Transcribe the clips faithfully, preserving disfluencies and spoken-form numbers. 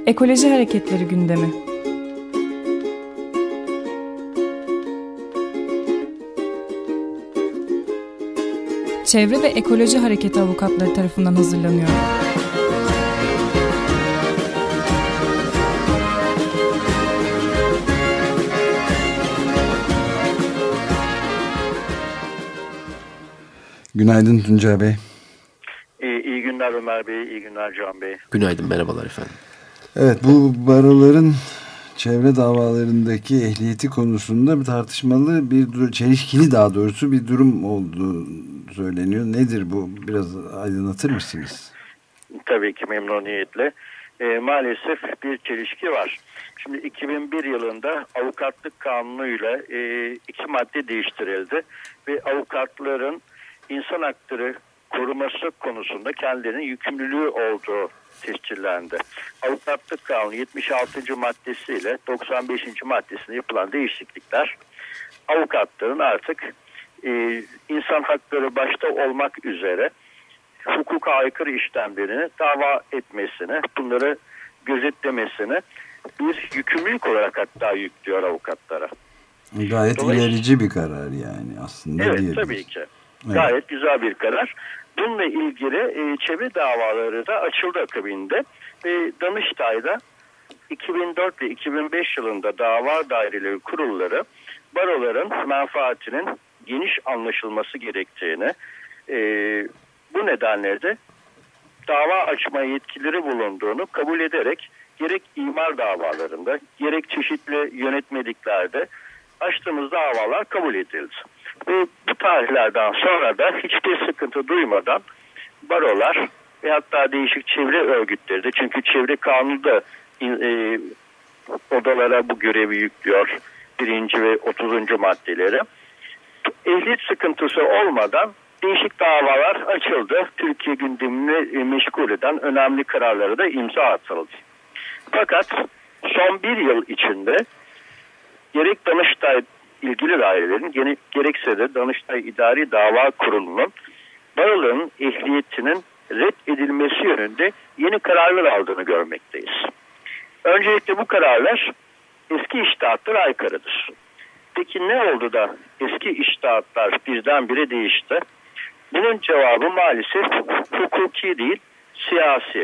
Ekoloji hareketleri gündemi. Çevre ve Ekoloji Hareketi avukatları tarafından hazırlanıyor. Günaydın Tuncay Bey. İyi, iyi günler Ömer Bey, iyi günler Can Bey. Günaydın, merhabalar efendim. Evet, bu baroların çevre davalarındaki ehliyeti konusunda bir tartışmalı, bir çelişkili daha doğrusu bir durum olduğu söyleniyor. Nedir bu? Biraz aydınlatır mısınız? Tabii ki memnuniyetle. E, maalesef bir çelişki var. Şimdi iki bin bir yılında avukatlık kanunuyla e, iki madde değiştirildi ve avukatların insan hakları koruması konusunda kendilerinin yükümlülüğü olduğu tescillendi. Avukatlık Kanunu yetmiş altıncı maddesiyle doksan beşinci maddesinde yapılan değişiklikler avukatların artık e, insan hakları başta olmak üzere hukuka aykırı işlemlerini dava etmesini, bunları gözetlemesini bir yükümlülük olarak hatta yüklüyor avukatlara. Gayet ilerici bir karar yani aslında. Evet, diyebiliriz. tabii ki. Gayet evet. Güzel bir karar. Bununla ilgili e, çevre davaları da açıldı akabinde. E, Danıştay'da iki bin dört ve iki bin beş yılında dava daireleri kurulları baroların menfaatinin geniş anlaşılması gerektiğini, e, bu nedenle de dava açma yetkileri bulunduğunu kabul ederek gerek imar davalarında gerek çeşitli yönetmeliklerde açtığımız davalar kabul edildi. Ve bu tarihlerden sonra da hiçbir sıkıntı duymadan barolar ve hatta değişik çevre örgütleri de, çünkü çevre kanunu da e, odalara bu görevi yüklüyor, birinci ve otuzuncu maddeleri. Ehliyet sıkıntısı olmadan değişik davalar açıldı. Türkiye gündemini meşgul eden önemli kararlara da imza atıldı. Fakat son bir yıl içinde gerek Danıştay ilgili dairelerin gerekse de Danıştay İdari Dava Kurulu'nun baroların ehliyetinin reddedilmesi yönünde yeni kararlar aldığını görmekteyiz. Öncelikle bu kararlar eski içtihatlara aykırıdır. Peki ne oldu da eski içtihatlar birdenbire değişti? Bunun cevabı maalesef hukuki değil, siyasi.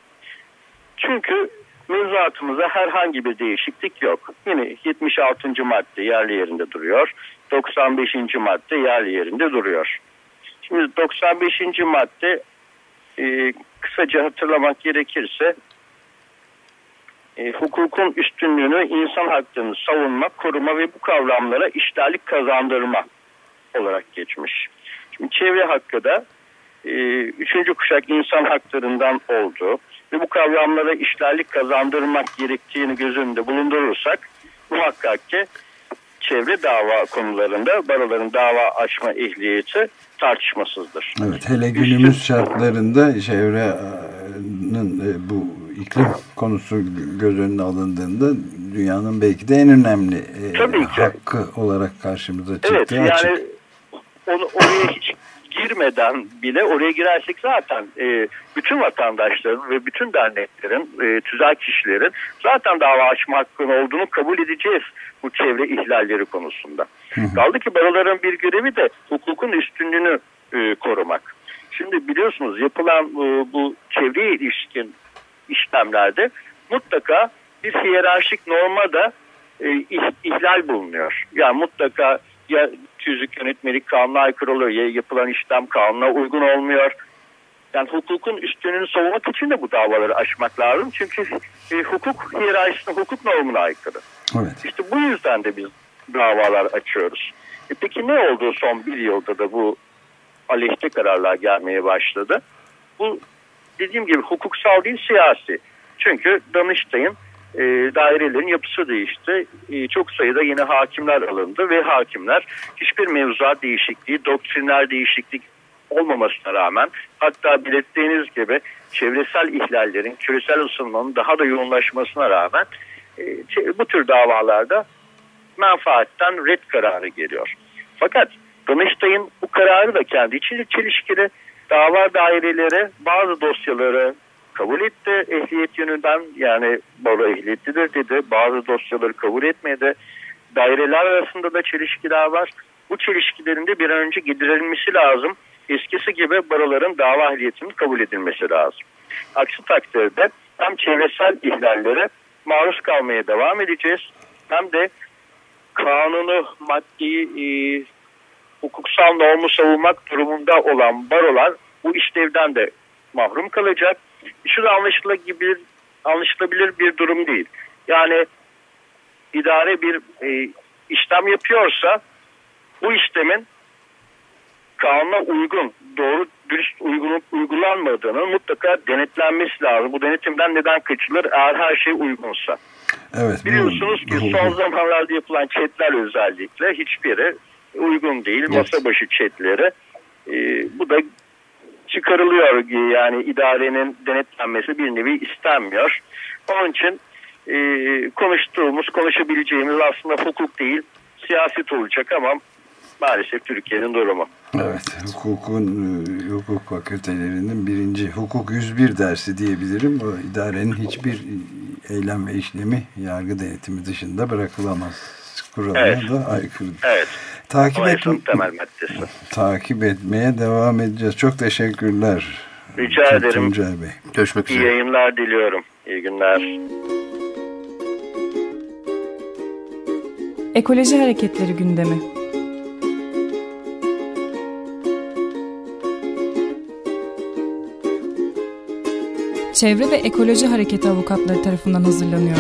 Çünkü mevzuatımıza herhangi bir değişiklik yok. Yine yetmiş altıncı madde yerli yerinde duruyor. doksan beşinci madde yerli yerinde duruyor. Şimdi doksan beşinci madde e, kısaca hatırlamak gerekirse e, hukukun üstünlüğünü, insan haklarını savunma, koruma ve bu kavramlara işlerlik kazandırma olarak geçmiş. Şimdi çevre hakkı da e, üçüncü kuşak insan haklarından olduğu ve bu kavramlara işlerlik kazandırmak gerektiğini göz önünde bulundurursak muhakkak ki çevre dava konularında baroların dava açma ehliyeti tartışmasızdır. Evet, hele günümüz Üstün... şartlarında çevrenin bu iklim konusu göz önüne alındığında dünyanın belki de en önemli e, hakkı olarak karşımıza çıktığı evet, yani açık. Onu, oraya hiç girmeden bile, oraya girersek zaten e, bütün vatandaşların ve bütün derneklerin, e, tüzel kişilerin zaten dava açma hakkının olduğunu kabul edeceğiz bu çevre ihlalleri konusunda. Hı hı. Kaldı ki baroların bir görevi de hukukun üstünlüğünü e, korumak. Şimdi biliyorsunuz yapılan e, bu çevreye ilişkin işlemlerde mutlaka bir hiyerarşik norma da e, ihlal bulunuyor. Yani mutlaka ya tüzük yönetmelik kanuna aykırı oluyor ya yapılan işlem kanuna uygun olmuyor. Yani hukukun üstünlüğünü savunmak için de bu davaları açmak lazım. Çünkü e, hukuk hiyerarşisine, hukuk normuna aykırı. Evet. İşte bu yüzden de biz davalar açıyoruz. E peki ne oldu son bir yılda da bu aleyhte kararlar gelmeye başladı? Bu dediğim gibi hukuksal değil, siyasi. Çünkü Danıştay'ın e, dairelerin yapısı değişti. E, çok sayıda yeni hakimler alındı ve hakimler hiçbir mevzuat değişikliği, doktrinler değişiklik olmamasına rağmen, hatta belirttiğiniz gibi çevresel ihlallerin, küresel ısınmanın daha da yoğunlaşmasına rağmen e, bu tür davalarda menfaatten red kararı geliyor. Fakat Danıştay'ın bu kararı da kendi içinde çelişkili. Dava daireleri bazı dosyaları kabul etti ehliyet yönünden, yani baro ehliyetlidir dedi. Bazı dosyaları kabul etmedi. Daireler arasında da çelişkiler var. Bu çelişkilerin de bir an önce giderilmesi lazım. Eskisi gibi baroların dava ehliyetinin kabul edilmesi lazım. Aksi takdirde hem çevresel ihlallere maruz kalmaya devam edeceğiz, hem de kanunu, maddi, e, hukuksal normu savunmak durumunda olan barolar bu işlevden de mahrum kalacak. Şu da anlaşılabilir, anlaşılabilir bir durum değil. Yani idare bir e, işlem yapıyorsa bu işlemin kanuna uygun, doğru dürüst uygun, uygulanmadığını mutlaka denetlenmesi lazım. Bu denetimden neden kaçılır eğer her şey uygunsa? Evet, biliyorsunuz bu, ki son zamanlarda yapılan chatler özellikle hiçbiri uygun değil. Evet. Masa başı chatleri. E, bu da çıkarılıyor, yani idarenin denetlenmesi bir nevi istenmiyor. Onun için e, konuştuğumuz, konuşabileceğimiz aslında hukuk değil, siyaset olacak ama maalesef Türkiye'nin durumu. Evet, hukukun, hukuk fakültelerinin birinci hukuk yüz bir dersi diyebilirim. O idarenin hiçbir eylem ve işlemi yargı denetimi dışında bırakılamaz. Kuralına evet. da aykırı. Evet. Takip, et, temel maddesi. takip etmeye devam edeceğiz. Çok teşekkürler. Rica Çok ederim. Tuncay Bey. Görüşmek üzere. İyi yayınlar diliyorum. İyi günler. Ekoloji hareketleri gündemi. Çevre ve Ekoloji Hareketi avukatları tarafından hazırlanıyor.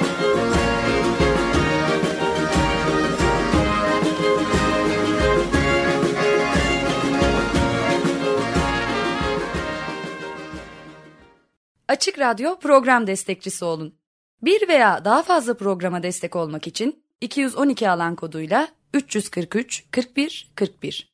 Açık Radyo program destekçisi olun. Bir veya daha fazla programa destek olmak için iki yüz on iki alan koduyla üç yüz kırk üç kırk bir kırk bir